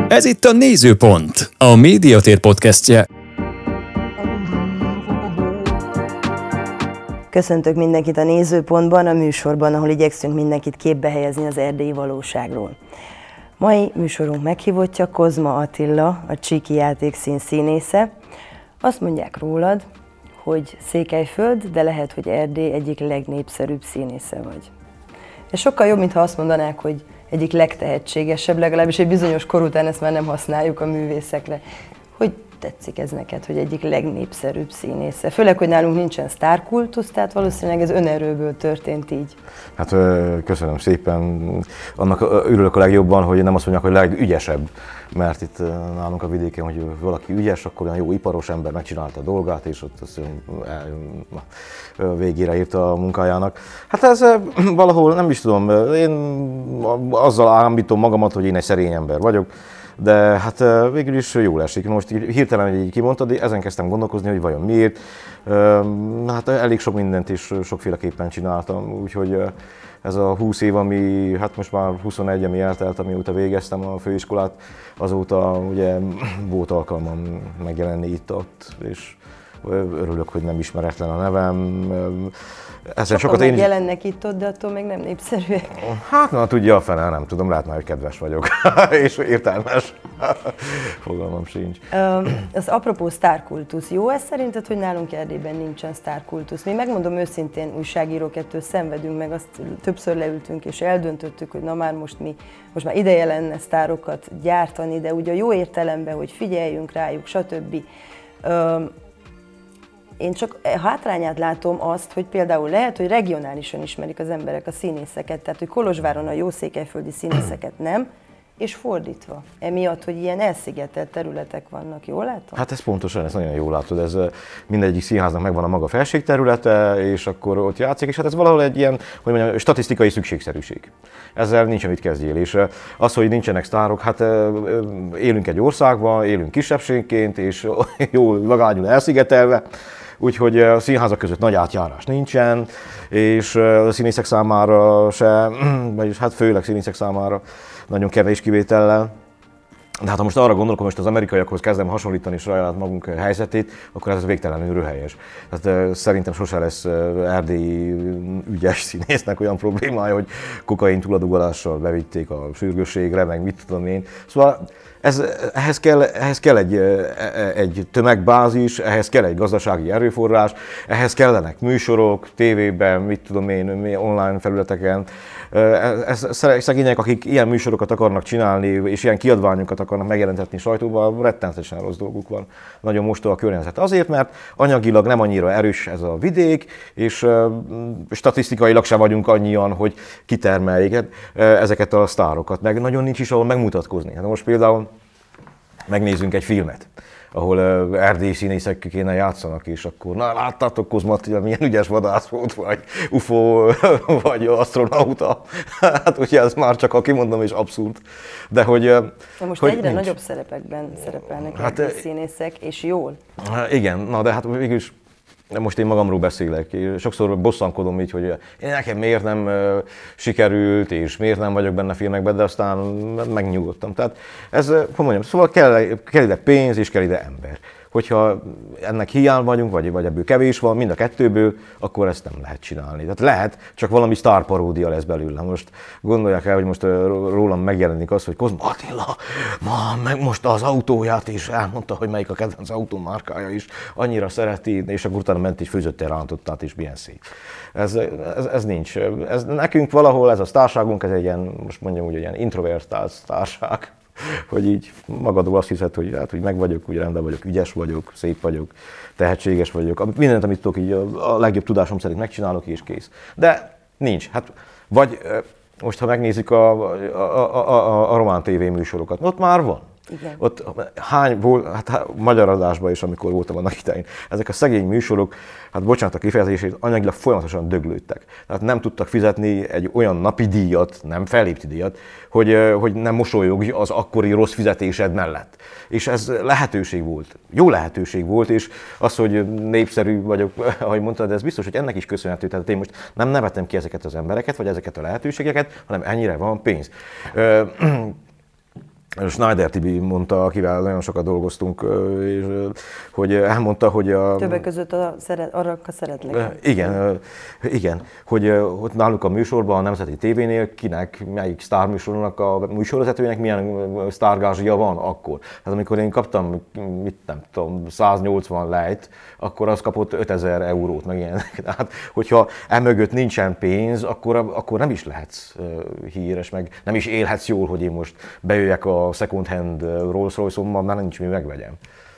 Ez itt a Nézőpont, a Médiatér podcastje. Köszöntök mindenkit a Nézőpontban, a műsorban, ahol igyekszünk mindenkit képbe helyezni az erdélyi valóságról. Mai műsorunk meghívottja Kozma Attila, a Csíki Játékszín színésze. Azt mondják rólad, hogy Székelyföld, de lehet, hogy Erdély egyik legnépszerűbb színésze vagy. Ez sokkal jobb, mintha azt mondanák, hogy egyik legtehetségesebb, legalábbis egy bizonyos kor után ezt már nem használjuk a művészekre. Hogy tetszik ez neked, hogy egyik legnépszerűbb színésze? Főleg, hogy nálunk nincsen sztárkultusz, tehát valószínűleg ez önerőből történt így. Hát köszönöm szépen. Annak örülök a legjobban, hogy nem azt mondják, hogy legügyesebb, mert itt nálunk a vidéken, hogy valaki ügyes, akkor olyan jó iparos ember megcsinálta a dolgát, és ott azt végére írta a munkájának. Hát ez valahol, nem is tudom, én azzal állítom magamat, hogy én egy szerény ember vagyok, de hát végül is jól esik. Most hirtelen így kimondtad, ezen kezdtem gondolkozni, hogy vajon miért. Hát elég sok mindent is sokféleképpen csináltam, úgyhogy ez a 20 év, ami, hát most már 21, ami eltelt, amióta végeztem a főiskolát, azóta ugye volt alkalmam megjelenni itt-ott, és örülök, hogy nem ismeretlen a nevem. Sokan megjelennek itt-ott, de attól még nem népszerűek. Hát na, tudja a fene, nem tudom, lehet már, hogy kedves vagyok, és értelmes. Fogalmam sincs. Az apropó sztárkultusz, jó ez szerinted, hogy nálunk Erdélyben nincsen sztárkultusz? Mi megmondom őszintén, újságírók ettől szenvedünk, meg azt többször leültünk és eldöntöttük, hogy na már most már ideje lenne sztárokat gyártani, de ugye a jó értelemben, hogy figyeljünk rájuk, stb. Én csak hátrányát látom azt, hogy például lehet, hogy regionálisan ismerik az emberek a színészeket, tehát hogy Kolozsváron a jó székelyföldi színészeket nem, és fordítva. Emiatt, hogy ilyen elszigetelt területek vannak, jól látom? Hát ez pontosan, ez nagyon jól látod, ez mindegyik színháznak megvan a maga felségterülete, és akkor ott játszik, és hát ez valahol egy ilyen, hogy mondjam, statisztikai szükségszerűség. Ezzel nincs mit kezdjél, és az, hogy nincsenek sztárok, hát élünk egy országban, élünk kisebbségként, és jól vagányul elszigetelve, úgyhogy a színházak között nagy átjárás nincsen, és a színészek számára se, vagyis hát főleg színészek számára nagyon kevés kivétellel. De hát ha most arra gondolok, hogy most az amerikaiakhoz kezdem hasonlítani saját magunk helyzetét, akkor ez végtelenül röhelyes. Tehát szerintem sose lesz erdélyi ügyes színésznek olyan problémája, hogy kokain túladogolással bevitték a sürgősségre, meg mit tudom én. Szóval ehhez kell egy tömegbázis, ehhez kell egy gazdasági erőforrás, ehhez kellenek műsorok, tévében, mit tudom én, online felületeken. Szegények, akik ilyen műsorokat akarnak csinálni, és ilyen kiadványokat akarnak megjelentetni sajtóban, rettenetesen rossz dolguk van. Nagyon mostó a környezet. Azért, mert anyagilag nem annyira erős ez a vidék, és statisztikailag sem vagyunk annyian, hogy kitermeljék ezeket a sztárokat. Meg nagyon nincs is ahol megmutatkozni. Hát most például megnézzünk egy filmet, ahol erdélyi színészek kéne játszanak, és akkor, na láttátok Kozma Attila, milyen ügyes vadász volt, vagy UFO, vagy asztronauta. Hát ugye ez már csak, aki mondom, és abszurd. De hogy most hogy egyre nincs. nagyobb szerepekben szerepelnek erdélyi színészek, és jól. Igen, na de hát végülis most én magamról beszélek, sokszor bosszankodom így, hogy nekem miért nem sikerült, és miért nem vagyok benne filmekben, de aztán megnyugodtam. Tehát ez, hogy mondjam, szóval kell ide pénz, és kell ide ember. Hogyha ennek hiány vagyunk, vagy ebből kevés van, mind a kettőből, akkor ezt nem lehet csinálni. Tehát lehet, csak valami sztárparódia lesz belőle. Most gondolják el, hogy most rólam megjelenik az, hogy Kozma Attila, meg most az autóját is elmondta, hogy melyik a kedvenc autómárkája is, annyira szereti, és akkor utána ment és főzött egy rántottát, és milyen szép. Ez nincs. Nekünk valahol ez a sztárságunk, ez egy ilyen, most mondjam úgy, egy ilyen introvertált sztárság. Hogy így magadról azt hiszed, hogy hát, hogy meg vagyok, úgy rendben vagyok, ügyes vagyok, szép vagyok, tehetséges vagyok. Mindent, amit tudok, így a legjobb tudásom szerint megcsinálok, és kész. De nincs. Hát, vagy most, ha megnézzük a román tévéműsorokat, ott már van. Igen. Ott hány volt, hát magyar adásban is, amikor voltam annak idején, ezek a szegény műsorok, hát bocsánat a kifejezését, anyagilag folyamatosan döglődtek. Tehát nem tudtak fizetni egy olyan napi díjat, nem fellépti díjat, hogy nem mosolyogj az akkori rossz fizetésed mellett. És ez lehetőség volt, jó lehetőség volt, és az, hogy népszerű vagyok, ahogy mondtad, ez biztos, hogy ennek is köszönhető. Tehát én most nem nevetem ki ezeket az embereket, vagy ezeket a lehetőségeket, hanem ennyire van pénz. Schneider Tibi mondta, akivel nagyon sokat dolgoztunk, és hogy elmondta, hogy többek között arra szeretlek. Igen, hogy ott náluk a műsorban, a Nemzeti TV-nél melyik sztárműsornak a műsorvezetőjének milyen sztárgázsia van akkor. Hát amikor én kaptam, nem tudom, 180 lejt, akkor az kapott 5000 eurót, meg ilyen. Tehát, hogyha emögött nincsen pénz, akkor nem is lehetsz híres, meg nem is élhetsz jól, hogy én most bejöjjek a second hand Rolls-Royce-ommal, már nincs mi megvegyem.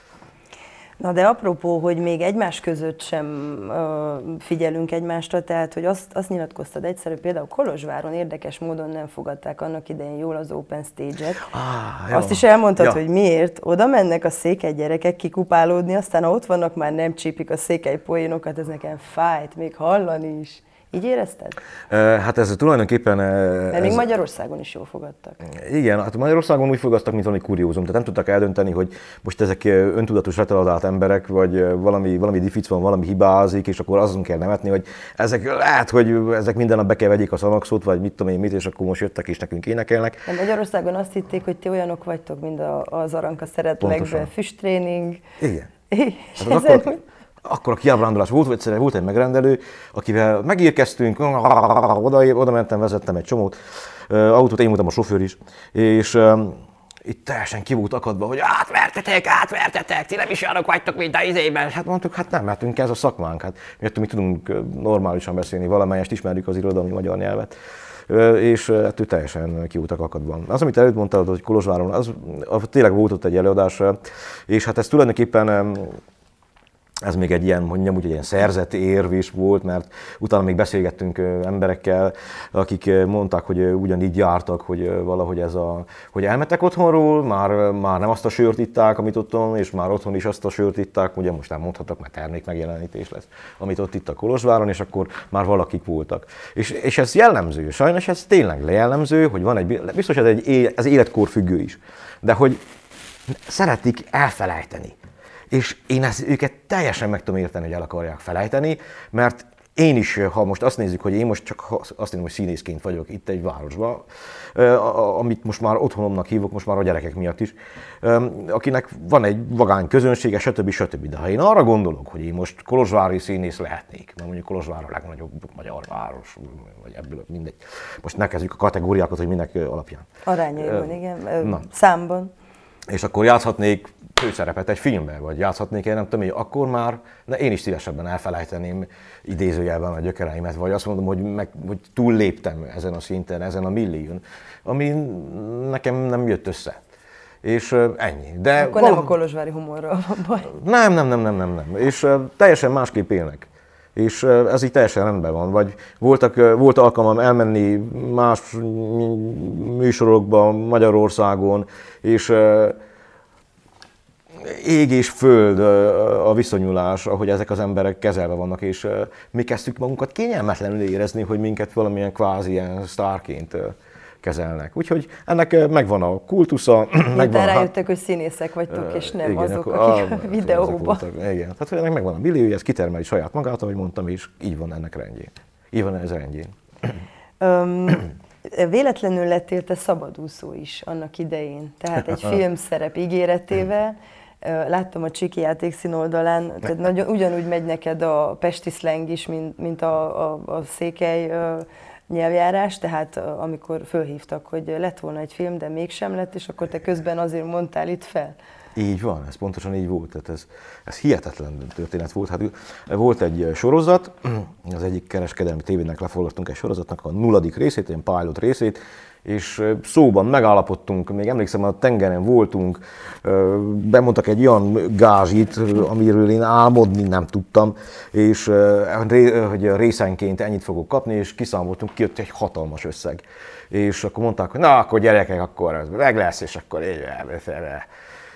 Na de apropó, hogy még egymás között sem figyelünk egymásra, tehát hogy azt nyilatkoztad egyszerű, például Kolozsváron érdekes módon nem fogadták annak idején jól az Open Stage-et. Azt is elmondtad, hogy miért. Oda mennek a székely gyerekek kikupálódni, aztán ha ott vannak, már nem csípik a székely poénokat, ez nekem fájt, még hallani is. Így érezted? Hát ez tulajdonképpen... Mert még Magyarországon is jól fogadtak. Igen, hát Magyarországon úgy fogadtak, mint valami kuriózum. Tehát nem tudtak eldönteni, hogy most ezek öntudatos retaradált emberek, vagy valami diffic van, valami hibázik, és akkor azon kell nevetni, hogy ezek lehet, hogy ezek minden nap be kell vegyék a szanaxot, vagy mit tudom én mit, és akkor most jöttek és nekünk énekelnek. De Magyarországon azt hitték, hogy ti olyanok vagytok, mint az Aranka szeretlekbe, füsttréning. Igen. Hát akkor a kiábrándulás volt egy megrendelő, akivel megérkeztünk, oda mentem, vezettem egy csomót, autót, én voltam a sofőr is, és itt teljesen ki volt akadva, hogy átvertetek, ti nem is olyanok vagytok, mint a izében. Hát mondtuk, hát nem, mert ez a szakmánk, hát mi tudunk normálisan beszélni, valamelyest ismerjük az irodalmi magyar nyelvet. És ettől teljesen ki voltak akadva. Az, amit előtt mondtad, hogy Kolozsváron, az tényleg volt ott egy előadás, és hát ez tulajdonképpen ez még egy ilyen, mondjam úgy, egy ilyen szerzett érv is volt, mert utána még beszélgettünk emberekkel, akik mondták, hogy ugyanígy jártak, hogy valahogy hogy elmentek otthonról, már nem azt a sört itták, amit otthon, és már otthon is azt a sört itták, ugye most nem mondhatok, mert termék megjelenítés lesz, amit ott itt a Kolozsváron, és akkor már valakik voltak. És ez jellemző, sajnos ez tényleg jellemző, hogy van biztos ez életkor függő is, de hogy szeretik elfelejteni. És én őket teljesen meg tudom érteni, hogy el akarják felejteni, mert én is, ha most azt nézzük, hogy én most csak azt mondom, hogy színészként vagyok itt egy városban, amit most már otthonomnak hívok, most már a gyerekek miatt is, akinek van egy vagány közönsége, stb. De ha én arra gondolok, hogy én most kolozsvári színész lehetnék, mert mondjuk Kolozsvár a legnagyobb magyar város, vagy ebből mindegy. Most ne kezdjük a kategóriákat, hogy minek alapján. Arányaiban, igen, számban. És akkor játszhatnék főszerepet egy filmben, vagy játszhatnék én, nem tudom, hogy akkor már én is szívesebben elfelejteném idézőjelben a gyökereimet, vagy azt mondom, hogy túlléptem ezen a szinten, ezen a millión, ami nekem nem jött össze. És ennyi. De akkor nem a kolozsvári humorral van baj. Nem. És teljesen másképp élnek. És ez így teljesen rendben van. Vagy volt alkalmam elmenni más műsorokba Magyarországon, és ég és föld a viszonyulás, ahogy ezek az emberek kezelve vannak, és mi kezdtük magunkat kényelmetlenül érezni, hogy minket valamilyen kvázi ilyen sztárként kezelnek. Úgyhogy ennek megvan a kultusza. Miután rájöttek, hogy színészek vagytok, és nem igen, azok, akik a videóban. Igen, tehát ennek megvan a milliója, ez kitermeli saját magát, ahogy mondtam, és így van ennek rendjén. Így van ez rendjén. Véletlenül lettél te szabadúszó is annak idején, tehát egy filmszerep ígéretével. Láttam a Csiki játékszín oldalán, tehát ugyanúgy megy neked a pesti szleng is, mint a székely nyelvjárás, tehát amikor fölhívtak, hogy lett volna egy film, de mégsem lett, és akkor te közben azért mondtál itt fel. Így van, ez pontosan így volt. Tehát ez hihetetlen történet volt. Hát volt egy sorozat, az egyik kereskedelmi tévének leforgattunk egy sorozatnak a 0. részét, egy pilot részét, és szóban megállapodtunk, még emlékszem, a tengeren voltunk, bemondtak egy olyan gázsit, amiről én álmodni nem tudtam, és hogy részenként ennyit fogok kapni, és kiszámoltunk, kijött egy hatalmas összeg. És akkor mondták, hogy na, akkor gyerekek, akkor ez meg lesz, és akkor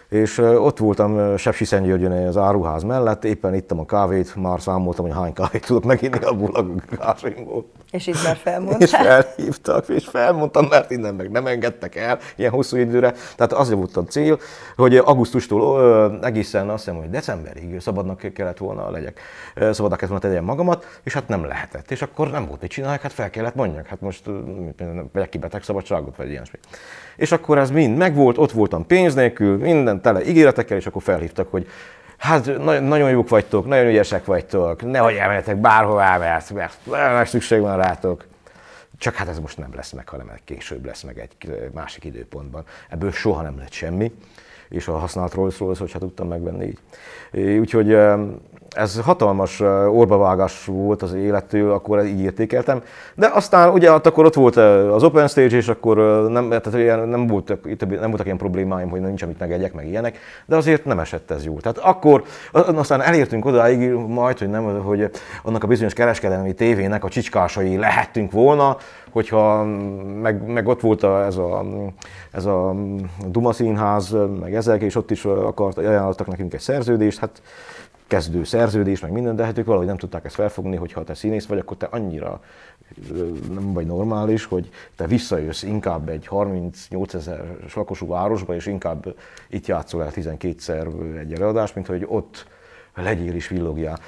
És ott voltam Sepsiszentgyörgyön az áruház mellett, éppen ittam a kávét, már számoltam, hogy hány kávét tudok meginni abból a kávémból. És itt már felmondtál? És felhívtak, és felmondtam, mert innen meg nem engedtek el ilyen hosszú időre. Tehát az volt a cél, hogy augusztustól egészen azt hiszem, hogy decemberig szabadnak kellett volna tegyem magamat, és hát nem lehetett. És akkor nem volt mit csinálni, hát fel kellett mondjak, hát most vegyek ki betegszabadságot, vagy ilyesmi. És akkor ez mind megvolt, ott voltam pénz nélkül, minden tele ígéretekkel, és akkor felhívtak, hogy hát nagyon jók vagytok, nagyon ügyesek vagytok, nehogy elmenjetek bárhová, mert nagy szükség van rátok. Csak hát ez most nem lesz meg, hanem később lesz meg egy másik időpontban. Ebből soha nem lett semmi, és a használt Rolls-Royce, hogyha tudtam megvenni így. Úgyhogy ez hatalmas orbavágás volt az élettől, akkor így értékeltem. De aztán ugye akkor ott volt az Open Stage, és akkor nem voltak ilyen problémáim, hogy nincs amit megegyek, meg ilyenek, de azért nem esett ez jól. Tehát akkor aztán elértünk odáig majd, hogy annak a bizonyos kereskedelmi tévének a csicskásai lehettünk volna, hogyha meg ott volt ez a Duma Színház, meg ezek, és ott is ajánlottak nekünk egy szerződést, hát kezdő szerződés, meg minden, de hát ők valahogy nem tudták ezt felfogni, hogy ha te színész vagy, akkor te annyira nem vagy normális, hogy te visszajössz inkább egy 38 000 lakosú városba, és inkább itt játszol el 12-szer egy előadást, mint hogy ott legyél és villogjál.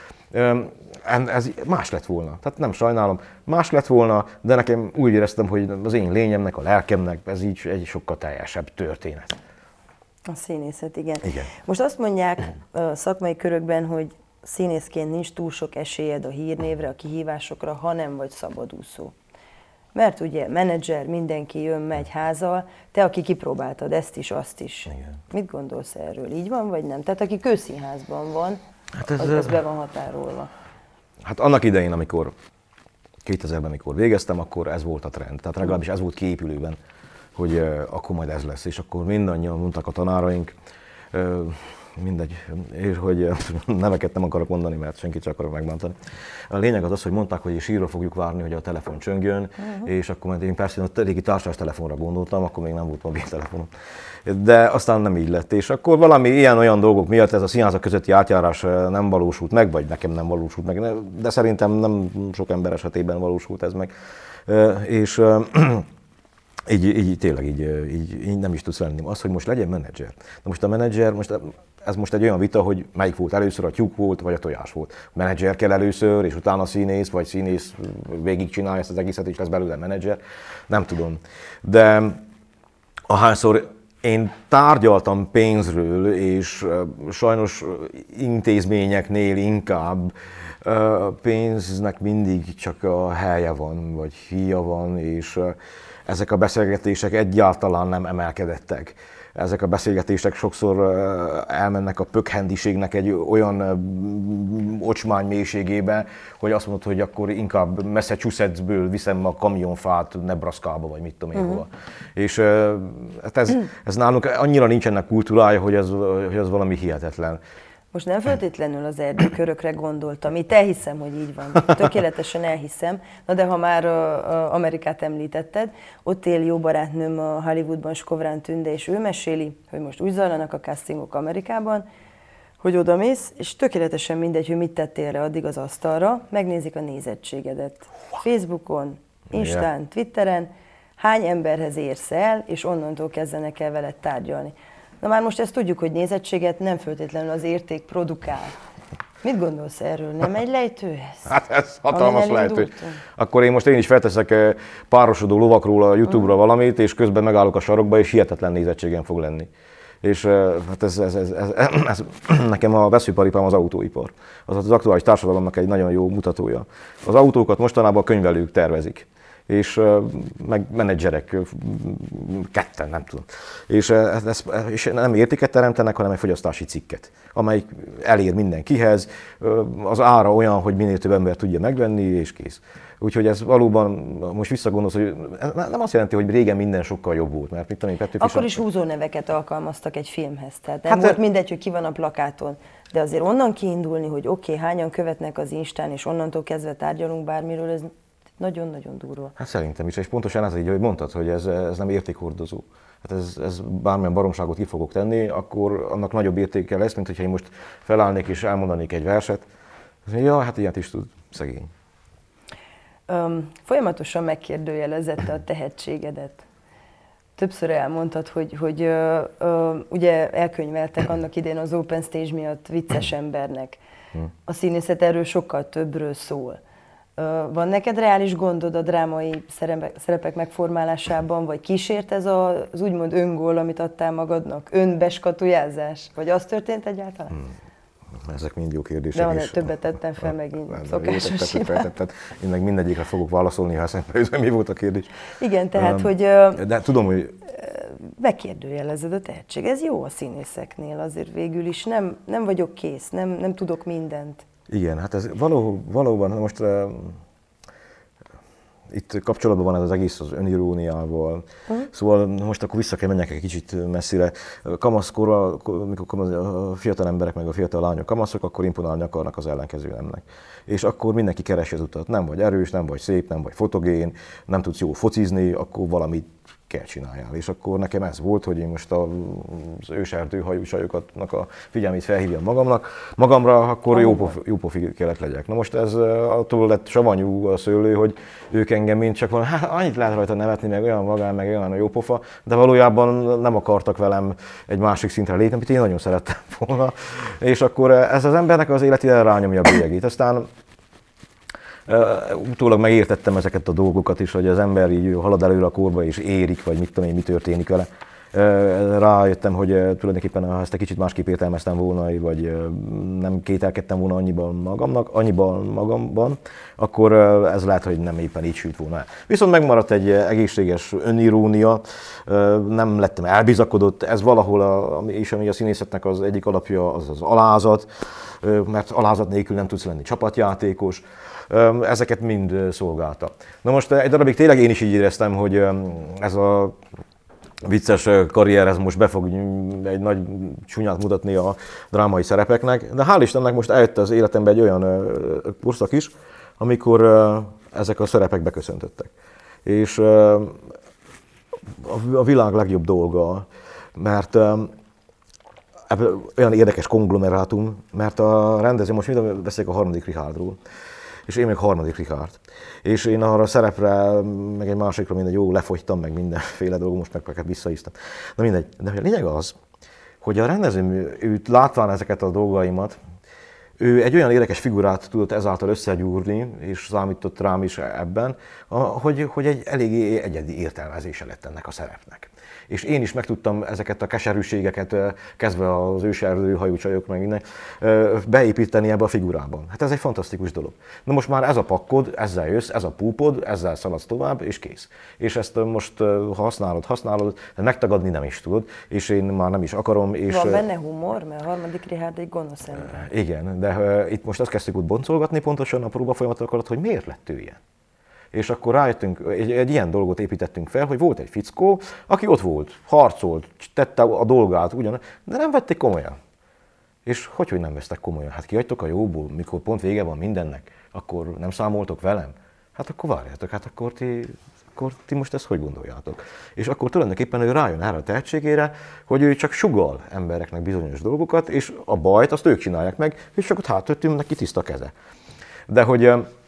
Ez más lett volna, tehát nem sajnálom, más lett volna, de nekem úgy éreztem, hogy az én lényemnek, a lelkemnek ez így egy sokkal teljesebb történet. A színészet, igen. Igen. Most azt mondják a szakmai körökben, hogy színészként nincs túl sok esélyed a hírnévre, a kihívásokra, ha nem vagy szabadúszó. Mert ugye menedzser, mindenki jön, megy házal, te, aki kipróbáltad ezt is, azt is. Igen. Mit gondolsz erről? Így van, vagy nem? Tehát aki közszínházban van, hát az be van határolva. Hát annak idején, amikor 2000-ben, amikor végeztem, akkor ez volt a trend. Tehát legalábbis ez volt kiépülőben, hogy akkor majd ez lesz. És akkor mindannyian mondtak a tanáraink, mindegy, és hogy neveket nem akarok mondani, mert senkit sem akarok megbántani. A lényeg az, hogy mondták, hogy sírva fogjuk várni, hogy a telefon csöngjön, és akkor majd én persze a régi társas telefonra gondoltam, akkor még nem volt mobiltelefonom. De aztán nem így lett, és akkor valami ilyen-olyan dolgok miatt ez a színházak közötti átjárás nem valósult meg, vagy nekem nem valósult meg, de szerintem nem sok ember esetében valósult ez meg. És így tényleg így nem is tudsz lenni. Az, hogy most legyen menedzser. De most a menedzser, ez most egy olyan vita, hogy melyik volt először, a tyúk volt, vagy a tojás volt. A menedzser kell először, és utána színész, vagy színész végigcsinálja ezt az egészet, és lesz belőle menedzser. Nem tudom. De ahányszor én tárgyaltam pénzről, és sajnos intézményeknél inkább pénznek mindig csak a helye van, vagy híja van, és ezek a beszélgetések egyáltalán nem emelkedettek. Ezek a beszélgetések sokszor elmennek a pökhendiségnek egy olyan ocsmány mélységébe, hogy azt mondod, hogy akkor inkább Massachusettsből viszem a kamionfát Nebraska-ba, vagy mit tudom én hova. És hát ez nálunk annyira nincs ennek kultúrája, hogy ez valami hihetetlen. Most nem feltétlenül az erdőkörökre gondoltam, itt elhiszem, hogy így van, tökéletesen elhiszem. Na de ha már Amerikát említetted, ott él jó barátnőm a Hollywoodban, Skovrán Tünde, és ő meséli, hogy most úgy zajlanak a castingok Amerikában, hogy odamész, és tökéletesen mindegy, hogy mit tettél rá addig az asztalra, megnézik a nézettségedet. Facebookon, Instán, Twitteren, hány emberhez érsz el, és onnantól kezdenek el veled tárgyalni. Na már most ezt tudjuk, hogy nézettséget nem feltétlenül az érték produkál. Mit gondolsz erről? Nem egy lejtő ez? Hát ez hatalmas lejtő. Akkor én is felteszek párosodó lovakról a YouTube-ra valamit, és közben megállok a sarokba, és hihetetlen nézettségem fog lenni. És hát ez nekem a veszőparipám az autóipar. Az aktuális társadalomnak egy nagyon jó mutatója. Az autókat mostanában könyvelők tervezik. És meg menedzserek, ketten, nem tudom. És nem értéket teremtenek, hanem egy fogyasztási cikket, amelyik elér mindenkihez, az ára olyan, hogy minél több ember tudja megvenni, és kész. Úgyhogy ez valóban, most visszagondolsz, hogy nem azt jelenti, hogy régen minden sokkal jobb volt, mert mit tudom én, Petőfi... Akkor is húzóneveket alkalmaztak egy filmhez, tehát nem volt mindegy, hogy ki van a plakáton. De azért onnan kiindulni, hogy oké, hányan követnek az Instán, és onnantól kezdve tárgyalunk bármiről, ez Nagyon-nagyon durva. Hát szerintem is, és pontosan ez így, hogy mondtad, hogy ez nem értékhordozó. Hát ez bármilyen baromságot ki fogok tenni, akkor annak nagyobb értéke lesz, mint hogyha én most felállnék és elmondanék egy verset. Ja, hát ilyet is tud, szegény. Folyamatosan megkérdőjelezette a tehetségedet. Többször elmondtad, hogy ugye elkönyveltek annak idén az Open Stage miatt vicces embernek. A színészet erről sokkal többről szól. Van neked reális gondod a drámai szerepek megformálásában, vagy kísért ez az úgymond öngól, amit adtál magadnak? Önbeskatujázás? Vagy az történt egyáltalán? Ezek mind jó kérdések. De van, többet tettem fel megint, szokásos hibát. Én meg mindegyikre fogok válaszolni, ha eszembe jut, mi volt a kérdés. Igen, tehát, hogy de tudom, hogy megkérdőjelezed a tehetség. Ez jó a színészeknél azért végül is. Nem vagyok kész, nem tudok mindent. Igen, hát ez valóban most itt kapcsolatban van ez az egész az öniróniával. Szóval most akkor vissza kell menjek egy kicsit messzire. Kamaszkorra, mikor a fiatal emberek meg a fiatal lányok kamaszok, akkor imponálni akarnak az ellenkező nemnek. És akkor mindenki keresi az utat. Nem vagy erős, nem vagy szép, nem vagy fotogén, nem tudsz jól focizni, akkor valamit kell csináljál. És akkor nekem ez volt, hogy én most az őserdő hajúsajokatnak a figyelmét felhívjam magamra, akkor jópofi kellett legyek. Na most ez attól lett savanyú a szőlő, hogy ők engem mind csak annyit lehet rajta nevetni, meg olyan magán, meg olyan a jópofa, de valójában nem akartak velem egy másik szintre lépni, amit én nagyon szerettem volna. És akkor ez az embernek az életére rányomja a bélyegét. Aztán utólag megértettem ezeket a dolgokat is, hogy az ember így halad előre a korba és érik, vagy mit tudom én, mi történik vele. Rájöttem, hogy tulajdonképpen ha ezt egy kicsit másképp értelmeztem volna, vagy nem kételkedtem volna annyiban magamban, akkor ez lehet, hogy nem éppen így sült volna el. Viszont megmaradt egy egészséges önirónia, nem lettem elbizakodott, ez valahol, ami a színészetnek az egyik alapja, az az alázat, mert alázat nélkül nem tudsz lenni csapatjátékos. Ezeket mind szolgálta. Na most egy darabig tényleg én is így éreztem, hogy ez a vicces karrier, ez most be fog egy nagy csúnyát mutatni a drámai szerepeknek, de hál' Istennek most eljött az életembe egy olyan korszak is, amikor ezek a szerepek beköszöntöttek. És a világ legjobb dolga, mert olyan érdekes konglomerátum, mert a rendező, most mind beszélek a harmadik Richardról, és én még harmadik Richard. És én arra a szerepre, meg egy másikra mindegy, jó, lefogytam, meg mindenféle dolog, most meg visszaíztam. Na mindegy, de a lényeg az, hogy a rendező, őt látván ezeket a dolgaimat, ő egy olyan érdekes figurát tudott ezáltal összegyúrni, és számított rám is ebben, hogy egy eléggé egyedi értelmezése lett ennek a szerepnek. És én is megtudtam ezeket a keserűségeket, kezdve az őserdő hajócsajok, meg minden, beépíteni ebbe a figurában. Hát ez egy fantasztikus dolog. Na most már ez a pakkod, ezzel jössz, ez a púpod, ezzel szaladsz tovább, és kész. És ezt most használod, de megtagadni nem is tudod, és én már nem is akarom. És van benne humor, mert a harmadik Richard egy gonosz ember. Igen, de itt most azt kezdtük úgy boncolgatni pontosan a próbafolyamatok alatt, hogy miért lett ő ilyen. És akkor rájöttünk, egy ilyen dolgot építettünk fel, hogy volt egy fickó, aki ott volt, harcolt, tette a dolgát, de nem vették komolyan. És hogy nem vesztek komolyan? Hát kihagytok a jóból, mikor pont vége van mindennek, akkor nem számoltok velem? Hát akkor várjátok, hát akkor ti most ezt hogy gondoljátok? És akkor tulajdonképpen ő rájön erre a tehetségére, hogy ő csak sugall embereknek bizonyos dolgokat, és a bajt azt ők csinálják meg, és csak ott hátöttünk neki tiszta keze. De hogy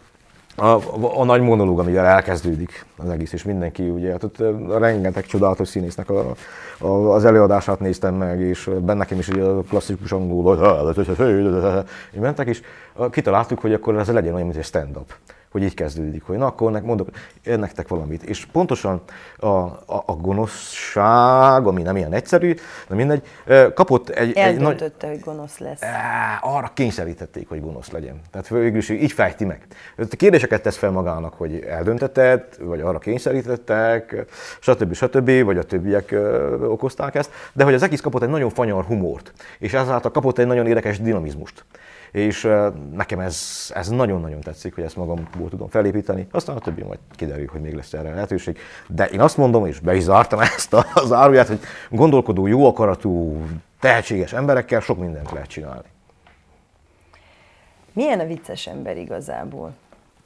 a nagy monológ, amivel elkezdődik az egész, és mindenki, ugye, hát ott rengeteg csodálatos színésznek az előadását néztem meg, és bennekem is ugye a klasszikus angol, így mentek, és kitaláltuk, hogy akkor ez legyen olyan, mint egy stand-up. Hogy így kezdődik, hogy na akkor mondok nektek valamit. És pontosan a gonoszság, ami nem ilyen egyszerű, de mindegy, kapott egy eldöntötte, hogy gonosz lesz. Arra kényszerítették, hogy gonosz legyen. Tehát végül is így fejti meg. Kérdéseket tesz fel magának, hogy eldöntetted, vagy arra kényszerítettek, stb., vagy a többiek okozták ezt, de hogy az egész kapott egy nagyon fanyar humort, és ezáltal kapott egy nagyon érdekes dinamizmust. És nekem ez nagyon-nagyon tetszik, hogy ezt magamból tudom felépíteni, aztán a többi majd kiderül, hogy még lesz erre lehetőség. De én azt mondom, és be is zártam ezt a záróját, hogy gondolkodó, jó akaratú, tehetséges emberekkel sok mindent lehet csinálni. Milyen a vicces ember igazából?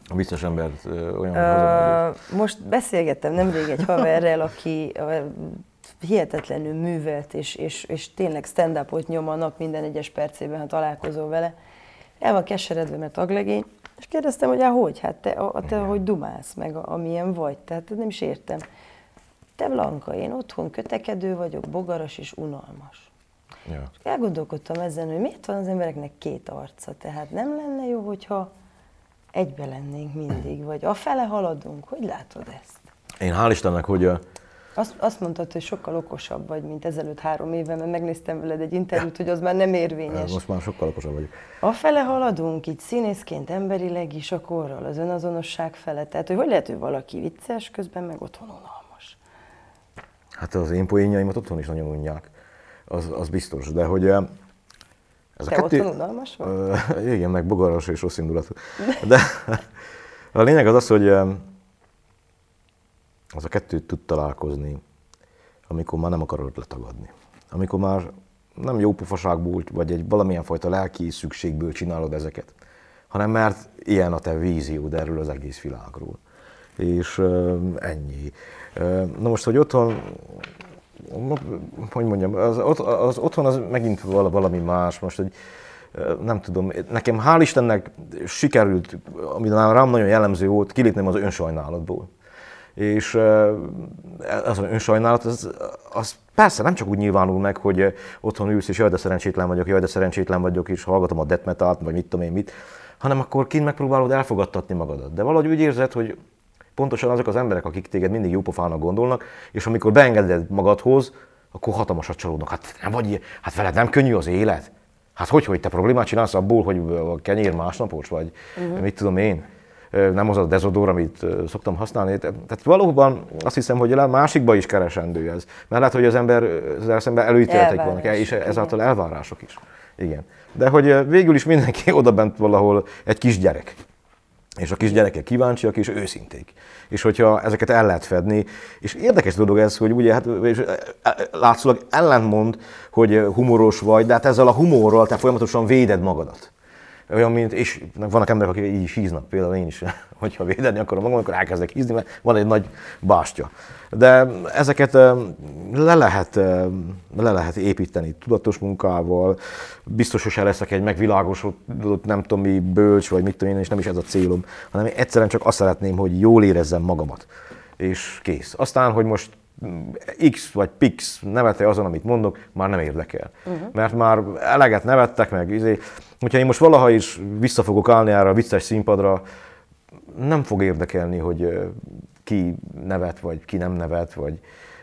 A vicces embert olyan most beszélgettem nemrég egy haverrel, aki hihetetlenül művelt, és tényleg stand-upot nyom a nap minden egyes percében, ha találkozol vele. El van keseredve, mert aglegény, és kérdeztem, hogy hogy? Hát te hogy dumálsz, meg amilyen vagy, tehát nem is értem. Te Blanka, én otthon kötekedő vagyok, bogaras és unalmas. Ja. Elgondolkodtam ezen, hogy miért van az embereknek két arca, tehát nem lenne jó, hogyha egybe lennénk mindig, vagy afele haladunk, hogy látod ezt? Én hál' Istennek, hogy... Azt mondtad, hogy sokkal okosabb vagy, mint ezelőtt 3 éve, mert megnéztem veled egy interjút, hogy az már nem érvényes. Most már sokkal okosabb vagyok. Afele haladunk, így színészként, emberileg is, a korral, az önazonosság fele. Tehát, hogy lehet, hogy valaki vicces, közben meg otthon unalmas. Hát az én poénjaimat otthon is nagyon unják, az biztos, de hogy... Ez te otthon unalmas vagy? Igen, meg bogaras és rossz indulatú. De a lényeg az, hogy az a kettő tud találkozni, amikor már nem akarod letagadni. Amikor már nem jópofaságból, vagy egy valamilyen fajta lelki szükségből csinálod ezeket, hanem mert ilyen a te víziód erről az egész világról. És ennyi. Na most, hogy otthon, hogy mondjam, az otthon az megint valami más. Most, hogy nem tudom, nekem hál' Istennek sikerült, ami rám nagyon jellemző volt, kilépnem az önsajnálatból. És az önsajnálat, az persze nem csak úgy nyilvánul meg, hogy otthon ülsz és jaj, de szerencsétlen vagyok, és hallgatom a death metalt, vagy mit tudom én mit, hanem akkor kint megpróbálod elfogadtatni magadat. De valahogy úgy érzed, hogy pontosan azok az emberek, akik téged mindig jópofának gondolnak, és amikor beengeded magadhoz, akkor hatalmasat csalódnak. Hát nem vagy ilyen, hát veled nem könnyű az élet. Hát hogy te problémát csinálsz abból, hogy a kenyér másnapos, vagy mit tudom én. Nem az a dezodor, amit szoktam használni. Tehát valóban azt hiszem, hogy a másikba is keresendő ez. Mert lehet, hogy az ezzel szemben előítéletek vannak, és ezáltal elvárások is. Igen. De hogy végül is mindenki odabent valahol egy kisgyerek. És a kisgyerekek kíváncsiak és őszinték. És hogyha ezeket el lehet fedni, és érdekes dolog ez, hogy ugye hát látszólag ellentmond, hogy humoros vagy, de hát ezzel a humorral te folyamatosan véded magadat. Olyan, mint, és vannak emberek, akik így is híznak, például én is, hogyha védeni akarom magam, akkor elkezdek hízni, mert van egy nagy bástya. De ezeket le lehet építeni tudatos munkával, biztos, hogy se leszek egy megvilágosodott, nem tudom mi, bölcs, vagy mit tudom én, és nem is ez a célom, hanem egyszerűen csak azt szeretném, hogy jól érezzem magamat. És kész. Aztán, hogy most X vagy Pix nevet-e azon, amit mondok, már nem érdekel. Mert már eleget nevettek meg, hogyha én most valaha is vissza fogok állni erre a vicces színpadra, nem fog érdekelni, hogy ki nevet, vagy ki nem nevet, vagy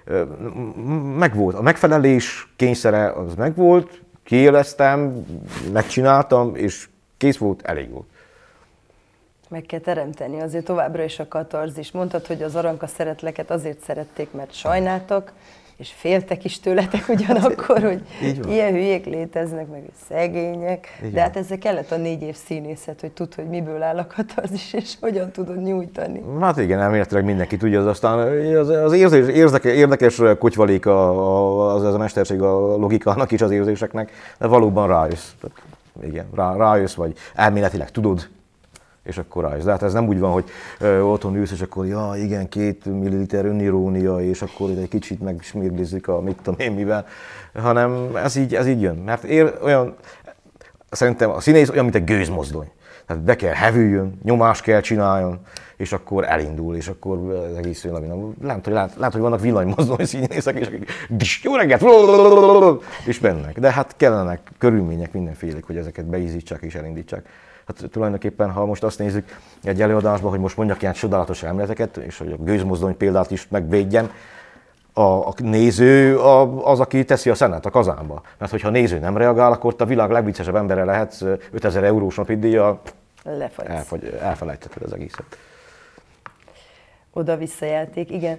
megvolt. A megfelelés kényszere az megvolt, kiéleztem, megcsináltam, és kész volt, elég volt. Meg kell teremteni azért továbbra is a katarzis. Mondtad, hogy az Aranka szeretleket azért szerették, mert sajnáltak, és féltek is tőletek ugyanakkor, hogy ilyen hülyék léteznek, meg szegények. De hát ezzel kellett a 4 év színészet, hogy tudd, hogy miből áll a katarzis, és hogyan tudod nyújtani. Hát igen, elméletileg mindenki tudja, aztán az érdekes kotyvalék az a mesterség a logikának és az érzéseknek, de valóban rájössz. Igen, rájössz, vagy elméletileg tudod, és akkor rájössz. De hát ez nem úgy van, hogy otthon ülsz, és akkor ja, igen, 2 milliliter önirónia, és akkor egy kicsit megsmirglizzük a mit tudom én mivel, hanem ez így jön. Mert szerintem a színész olyan, mint egy gőzmozdony. Tehát be kell hevüljön, nyomást kell csináljon, és akkor elindul, és akkor az egész jön. Lehet, hogy vannak villanymozdony színészek, és akik jó reggelt, és mennek. De hát kellenek körülmények mindenfélék, hogy ezeket beízítsák és elindítsák. Hát tulajdonképpen, ha most azt nézzük egy előadásban, hogy most mondjak ilyen csodálatos elméleteket, és hogy a gőzmozdony példát is megvédjem, a néző az, aki teszi a szenet a kazánba. Mert hogyha a néző nem reagál, akkor a világ legviccesebb embere lehetsz, 5000 eurós napi díjjal, elfelejtheted az egészet. Oda-vissza játék, igen.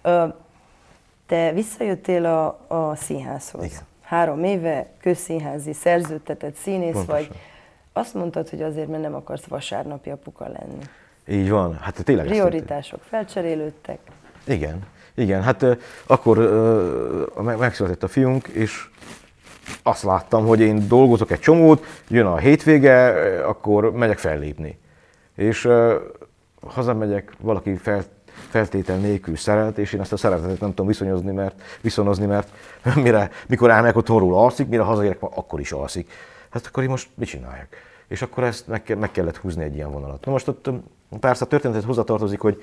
Te visszajöttél a színházhoz. Igen. 3 éve közszínházi szerződtetett színész Pontosan. vagy. Azt mondtad, hogy azért, mert nem akarsz vasárnapi apuka lenni. Így van, hát tényleg. Prioritások felcserélődtek. Igen, hát akkor megszületett a fiunk, és azt láttam, hogy én dolgozok egy csomót, jön a hétvége, akkor megyek fellépni. És hazamegyek, valaki feltétel nélkül szeret, és én ezt a szeretetet nem tudom viszonozni, mert mikor elmegyek, otthonról alszik, mire hazaérek, akkor is alszik. Hát akkor én most mit csináljak? És akkor ezt meg kellett húzni egy ilyen vonalat. Na most ott persze a történetet hozzátartozik, hogy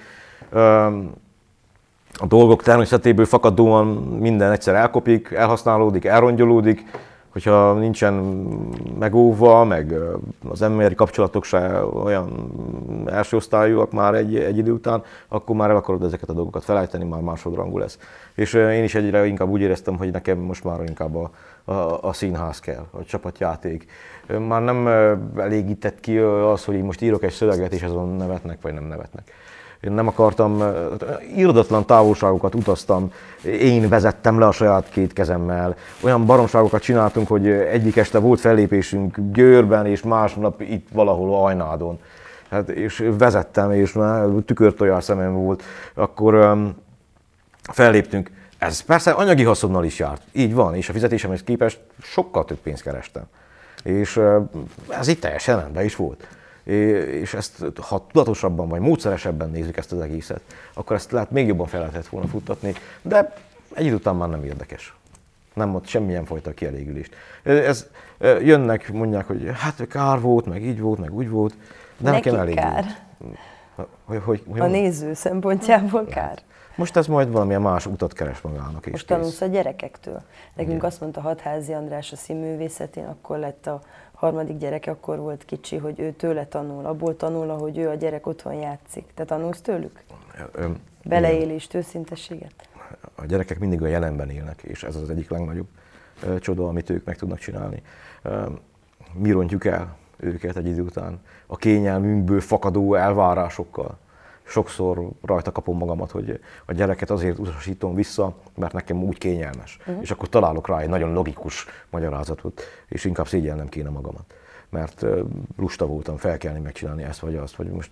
a dolgok természetéből fakadóan minden egyszer elkopik, elhasználódik, elrongyolódik, hogyha nincsen megóvva, meg az emberi kapcsolatok se olyan első osztályúak már egy idő után, akkor már el akarod ezeket a dolgokat felejteni, már másodrangú lesz. És én is egyre inkább úgy éreztem, hogy nekem most már inkább a színház kell, a csapatjáték. Már nem elégített ki az, hogy most írok egy szöveget, és azon nevetnek, vagy nem nevetnek. Én nem akartam, irdatlan távolságokat utaztam, én vezettem le a saját két kezemmel. Olyan baromságokat csináltunk, hogy egyik este volt fellépésünk Győrben, és másnap itt valahol Ajnádon. Hát, és vezettem, és már tükörtojás szemem volt. Akkor felléptünk. Ez persze anyagi haszonnal is járt. Így van, és a fizetésemhez képest sokkal több pénzt kerestem. És ez itt teljesen rendben is volt. És ezt, ha tudatosabban vagy módszeresebben nézzük ezt az egészet, akkor ezt lehet még jobban fel lehetett volna futtatni, de egy idő után már nem érdekes. Nem ad semmilyen fajta kielégülést. Jönnek, mondják, hogy hát kár volt, meg így volt, meg úgy volt, de nekem elég kár. Hogy a néző szempontjából kár. Most ez majd valamilyen más utat keres magának. Most tanulsz a gyerekektől. Nekünk azt mondta Hatházi András a színművészetén, akkor lett a harmadik gyereke, akkor volt kicsi, hogy ő tőle tanul, abból tanul, ahogy ő a gyerek otthon játszik. Te tanulsz tőlük? Beleélést, őszintességet? A gyerekek mindig a jelenben élnek, és ez az egyik legnagyobb csoda, amit ők meg tudnak csinálni. Mi rontjuk el őket egy idő után a kényelmünkből fakadó elvárásokkal. Sokszor rajta kapom magamat, hogy a gyereket azért utasítom vissza, mert nekem úgy kényelmes. És akkor találok rá egy nagyon logikus magyarázatot, és inkább szégyellnem kéne magamat. Mert lusta voltam felkelni, megcsinálni ezt vagy azt, vagy most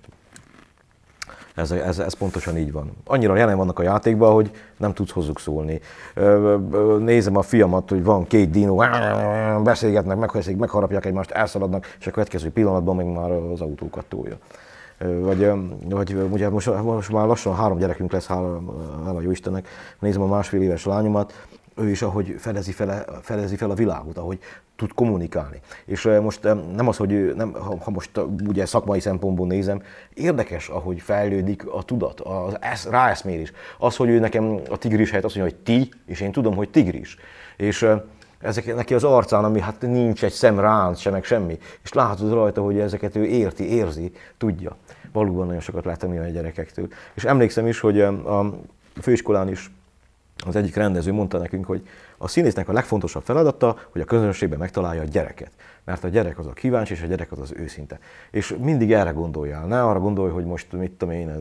ez pontosan így van. Annyira jelen vannak a játékban, hogy nem tudsz hozzuk szólni. Nézem a fiamat, hogy van két dinó, beszélgetnek, megharapják egymást, elszaladnak, és a következő pillanatban meg már az autókat tolja. Vagy ugye most már lassan 3 gyerekünk lesz, hála jó Istennek, nézem a 1,5 éves lányomat, ő is ahogy fedezi fel a világot, ahogy tud kommunikálni. És most nem az, hogy ha most ugye szakmai szempontból nézem, érdekes, ahogy fejlődik a tudat, ráeszmélés. Az, hogy ő nekem a tigris helyett azt mondja, hogy ti, és én tudom, hogy tigris. És ezek neki az arcán, ami hát nincs egy szemránc se, meg semmi. És látod rajta, hogy ezeket ő érzi, tudja. Valóban nagyon sokat lehet tanulni a gyerekektől. És emlékszem is, hogy a főiskolán is az egyik rendező mondta nekünk, hogy a színésznek a legfontosabb feladata, hogy a közönségben megtalálja a gyereket. Mert a gyerek az a kíváncsi, és a gyerek az az őszinte. És mindig erre gondoljál. Ne arra gondolj, hogy most mit tudom én,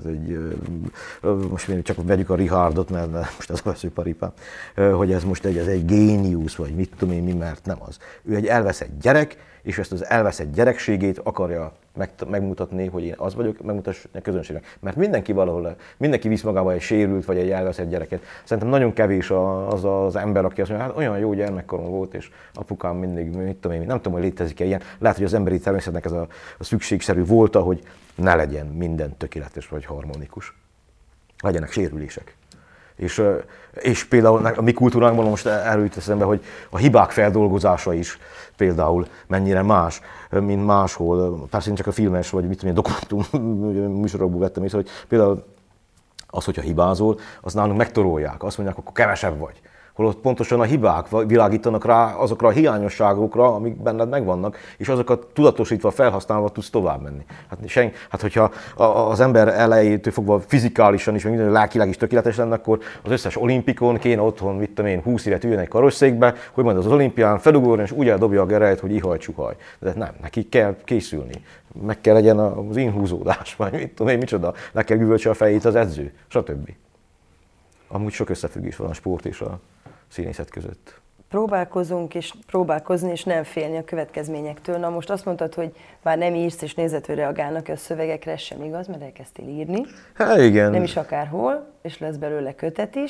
most csak vegyük a Richardot, mert most ez a veszőparipám, hogy ez most egy géniusz, vagy mit tudom én mi, mert nem az. Ő egy elveszett gyerek, és ezt az elveszett gyerekségét akarja megmutatni, hogy én az vagyok, megmutass a közönségnek. Mert mindenki visz magával egy sérült vagy egy elveszett gyereket. Szerintem nagyon kevés az ember, aki azt mondja, hát olyan jó gyermekkorom volt, és apukám mindig, mit tudom én, nem tudom, hogy létezik-e ilyen. Lehet, hogy az emberi természetnek ez a szükségszerű volta, hogy ne legyen minden tökéletes vagy harmonikus. Legyenek sérülések. És például a mi kultúránkban most erről jut eszembe, hogy a hibák feldolgozása is például mennyire más, mint máshol. Persze én csak a filmes vagy mit tudom, dokumentum műsorokból vettem észre, hogy például az, hogyha hibázol, azt nálunk megtorolják, azt mondják, akkor kevesebb vagy. Holott pontosan a hibák világítanak rá azokra a hiányosságokra, amik benned megvannak, és azokat tudatosítva, felhasználva tudsz tovább menni. Hát hogyha az ember elejétől fogva fizikálisan is, meg minden lelkileg is tökéletes lenne, akkor az összes olimpikon kéne otthon, mit tudom én, 20 évet üljön egy karosszékbe, hogy majd az olimpián felugorjon, és úgy eldobja a gerelyt, hogy ihaj-csuhaj. De nem, neki kell készülni. Meg kell legyen az inhúzódás, vagy mit tudom én, micsoda, le kell üvöltse a fejét az edző, stb. Amúgy sok összefüggés van a sport és a színészet között. Próbálkozunk és próbálkozni, és nem félni a következményektől. Na most azt mondtad, hogy már nem írsz, és nézed, hogy reagálnak a szövegekre, ez sem igaz, mert elkezdtél írni. Hát igen. Nem is akárhol, és lesz belőle kötet is.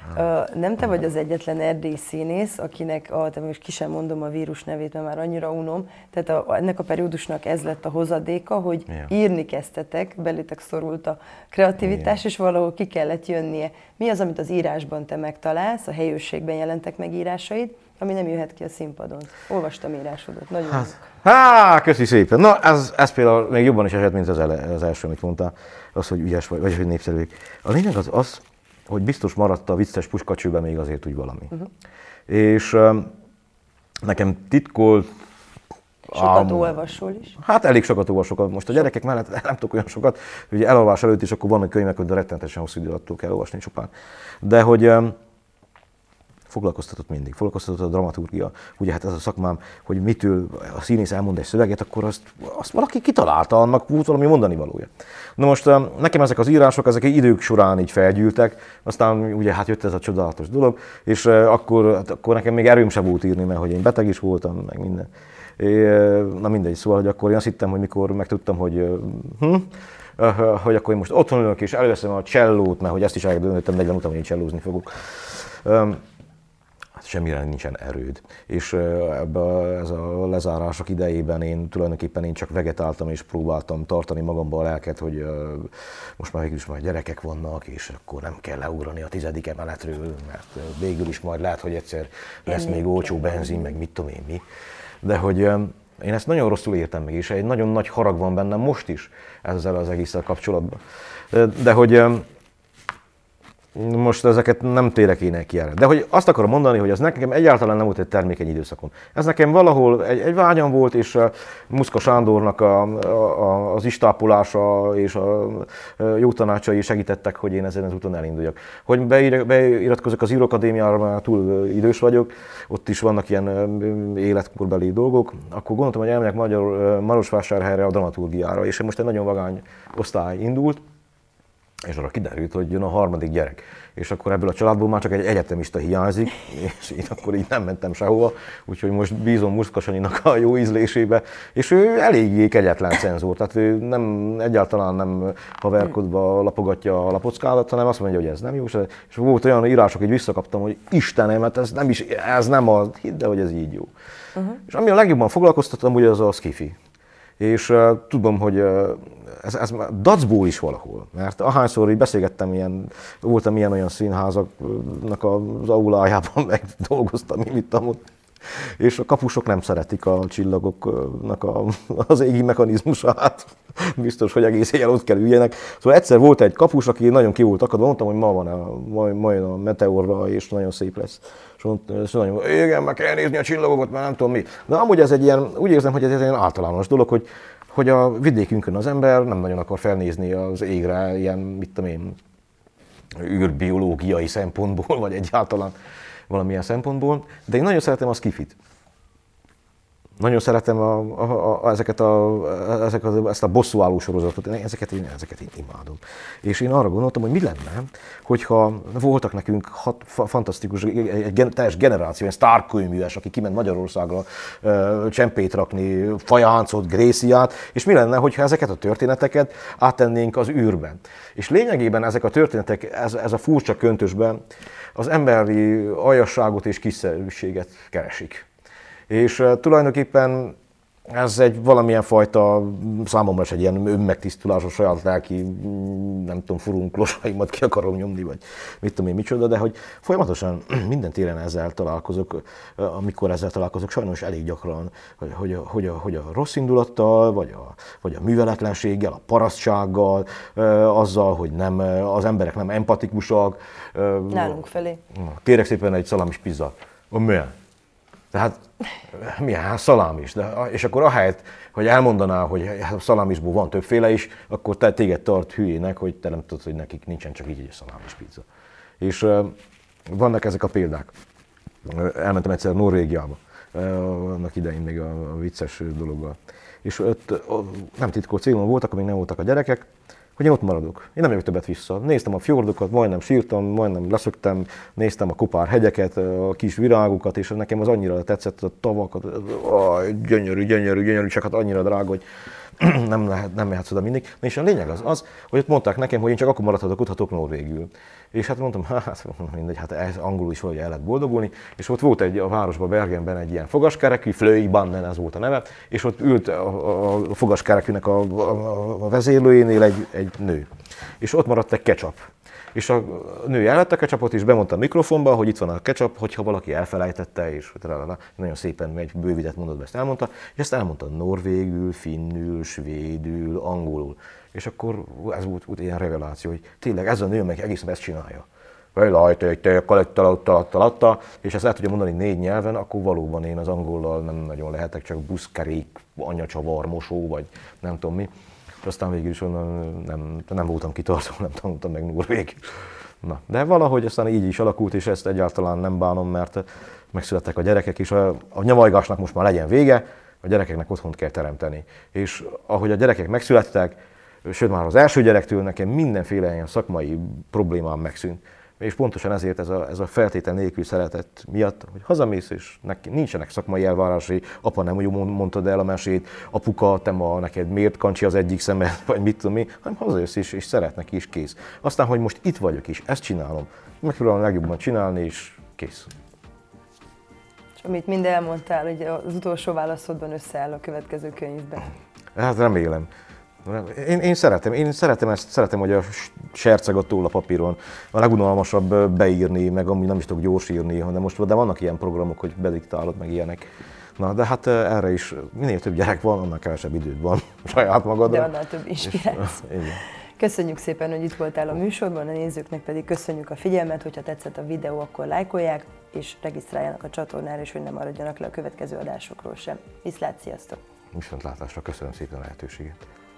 Nem te vagy az egyetlen erdélyi színész, akinek, te most ki sem mondom a vírus nevét, mert már annyira unom, tehát ennek a periódusnak ez lett a hozadéka, hogy írni kezdtetek, belétek szorult a kreativitás, és valahol ki kellett jönnie. Mi az, amit az írásban te megtalálsz, a helyőrségben jelentek meg írásaid, ami nem jöhet ki a színpadon? Olvastam írásodat, nagyon köszi szépen. Na, ez például még jobban is esett, mint az első, amit mondtál, az, hogy ügyes vagy hogy népszerű. A lényeg az, hogy biztos maradt a vicces puskacsőben még azért úgy valami. És nekem titkolt... Sokat olvasol is? Hát elég sokat olvasok. Most a gyerekek mellett nem tudok olyan sokat, hogy elalvás előtt is akkor vannak könyvek, hogy rettenetesen hosszú idő alatt kell olvasni csupán. De hogy foglalkoztatott mindig, foglalkoztatott a dramaturgia. Ugye hát ez a szakmám, hogy mitől a színész elmond egy szöveget, akkor azt valaki kitalálta, annak volt valami mondani valója. Na most nekem ezek az írások, ezek idők során így felgyűltek, aztán ugye hát jött ez a csodálatos dolog, és akkor nekem még erőm sem volt írni, mert hogy én beteg is voltam, meg minden. Na mindegy, szóval, hogy akkor én azt hittem, hogy mikor megtudtam, hogy akkor én most otthon ülök és előveszem a csellót, mert hogy ezt is eldöntöttem 40 után, hogy én csellózni fogok. Semmire nincsen erőd. És ez a lezárások idejében tulajdonképpen csak vegetáltam és próbáltam tartani magamba a lelket, hogy most már végül is majd gyerekek vannak, és akkor nem kell leugrani a 10. emeletről, mert végül is majd lehet, hogy egyszer lesz még olcsó benzin, meg mit tudom én mi. De hogy én ezt nagyon rosszul értem meg, és egy nagyon nagy harag van bennem most is ezzel az egésszel kapcsolatban. De hogy most ezeket nem térek én ki erre. De hogy azt akarom mondani, hogy az nekem egyáltalán nem volt egy termékeny időszakon. Ez nekem valahol egy vágyam volt, és Muszka Sándornak az istápolása és a jó tanácsai segítettek, hogy én ezen az úton elinduljak. Hogy beiratkozok az Íróakadémiára, már túl idős vagyok, ott is vannak ilyen életkorbeli dolgok, akkor gondoltam, hogy elmegyek Marosvásárhelyre a dramaturgiára, és most egy nagyon vagány osztály indult, és arra kiderült, hogy jön a harmadik gyerek. És akkor ebből a családból már csak egy egyetemista hiányzik, és én akkor így nem mentem sehova, úgyhogy most bízom Muszka Sanyinak a jó ízlésébe. És ő eléggé kegyetlen cenzúr, tehát ő egyáltalán nem haverkodva lapogatja a lapockádat, hanem azt mondja, hogy ez nem jó. És volt olyan írások, hogy visszakaptam, hogy Istenem, hát ez nem az, hidd el, hogy ez így jó. És ami a legjobban foglalkoztattam, ugye az a sci-fi. És tudom, hogy ez már dacból is valahol, mert ahányszor így beszélgettem, voltam ilyen-olyan színházaknak az aulájában, meg dolgoztam, mit tudom, és a kapusok nem szeretik a csillagoknak az égi mechanizmusát. Biztos, hogy egész éjjel ott kell üljenek. Szóval egyszer volt egy kapus, aki nagyon ki volt akadva, mondtam, hogy ma jön a meteorra, és nagyon szép lesz. És nagyon, igen, meg kell nézni a csillagokat, mert nem tudom mi. De amúgy ez egy ilyen, úgy érzem, hogy ez egy ilyen általános dolog, hogy a vidékünkön az ember nem nagyon akar felnézni az égre, ilyen, mit tudom én, űrbiológiai szempontból, vagy egyáltalán valamilyen szempontból, de én nagyon szeretem a sci-fit. Nagyon szeretem ezt a bosszúálló sorozatot, ezeket én imádom. És én arra gondoltam, hogy mi lenne, hogyha voltak nekünk fantasztikus, egy teljes generáció, egy sztárkőműves, aki kiment Magyarországra csempét rakni, fajáncot, Gréciát, és mi lenne, hogyha ezeket a történeteket áttennénk az űrben. És lényegében ezek a történetek, ez a furcsa köntösben az emberi aljasságot és kiszerűséget keresik. És tulajdonképpen ez egy valamilyen fajta, számomra is egy ilyen önmegtisztulás, a saját lelki, nem tudom, furunklosaimat ki akarom nyomni, vagy mit tudom én micsoda, de hogy folyamatosan minden téren ezzel találkozok, amikor ezzel találkozok, sajnos elég gyakran, hogy a rossz indulattal, vagy a műveletlenséggel, a parasztsággal, azzal, hogy az emberek nem empatikusak. Nálunk felé. Kérek szépen egy szalamis pizza. Milyen? Tehát milyen szalámis, és akkor ahelyett, hogy elmondaná, hogy a szalámisból van többféle is, akkor téged tart hülyének, hogy te nem tudod, hogy nekik nincsen csak így egy szalámis pizza. És vannak ezek a példák. Elmentem egyszer Norvégiába, annak idején még a vicces dologgal. És ott nem titkolt célom volt, akkor még nem voltak a gyerekek, hogy én ott maradok. Én nem jövök többet vissza. Néztem a fjordokat, majdnem sírtam, majdnem leszöktem, néztem a kopár hegyeket, a kis virágokat, és nekem az annyira tetszett, a tavakat, gyönyörű, csak hát annyira drága, hogy nem mehetsz oda mindig. Na és a lényeg az, hogy ott mondták nekem, hogy én csak akkor maradhatok, tudhatok norvégül. És hát mondtam, hát mindegy, hát ez angolul is valahogy el lehet boldogulni. És ott volt a városban, Bergenben egy ilyen fogaskerekű, Flöibannen, ez volt a neve, és ott ült a fogaskerekűnek a vezérlőjénél egy nő. És ott maradt egy ketchup. És a nő elvette a ketchupot, és bemondta a mikrofonba, hogy itt van a ketchup, hogyha valaki elfelejtette, és nagyon szépen egy bővített mondatban ezt elmondta, és ezt elmondta norvégül, finnül, svédül, angolul. És akkor ez volt ilyen reveláció, hogy tényleg ez a nő meg egészen ezt csinálja. És ezt el tudja mondani 4 nyelven, akkor valóban én az angollal nem nagyon lehetek, csak buszkerék, anyacsavar, mosó, vagy nem tudom mi. Aztán végül is onnan nem voltam kitartó, nem tanultam meg norvég. Na, de valahogy aztán így is alakult, és ezt egyáltalán nem bánom, mert megszülettek a gyerekek, és a nyavajgásnak most már legyen vége, a gyerekeknek otthont kell teremteni. És ahogy a gyerekek megszülettek, sőt már az első gyerektől nekem mindenféle ilyen szakmai problémám megszűnt. És pontosan ezért ez a feltétel nélkül szeretet miatt, hogy hazamész, és nincsenek szakmai elvárásai, apa nem úgy mondtad el a mesét, apuka, te ma neked miért kancsi az egyik szemed, vagy mit tudom én, hanem hazajössz és szeretnek is, kész. Aztán, hogy most itt vagyok és ezt csinálom, megpróbálom legjobban csinálni, és kész. És amit mind elmondtál, hogy az utolsó válaszodban összeáll a következő könyvben. Hát remélem. Én szeretem, hogy a serceg a toll a papíron. A legunalmasabb beírni, meg ami nem is tudok gyors írni, de vannak ilyen programok, hogy bediktálod, meg ilyenek. Na, de hát erre is minél több gyerek van, annál kevesebb időd van saját magadra. De annál több inspiráció. Köszönjük szépen, hogy itt voltál a műsorban, a nézőknek pedig köszönjük a figyelmet, hogyha tetszett a videó, akkor lájkolják, és regisztráljanak a csatornára, és hogy ne maradjanak le a következő adásokról sem. Viszlát, sziasztok! Viszontlátásra, köszönöm szépen a lehetőséget!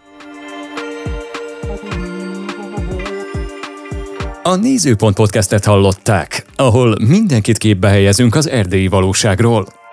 A Nézőpont podcastet hallották, ahol mindenkit képbe helyezünk az erdélyi valóságról.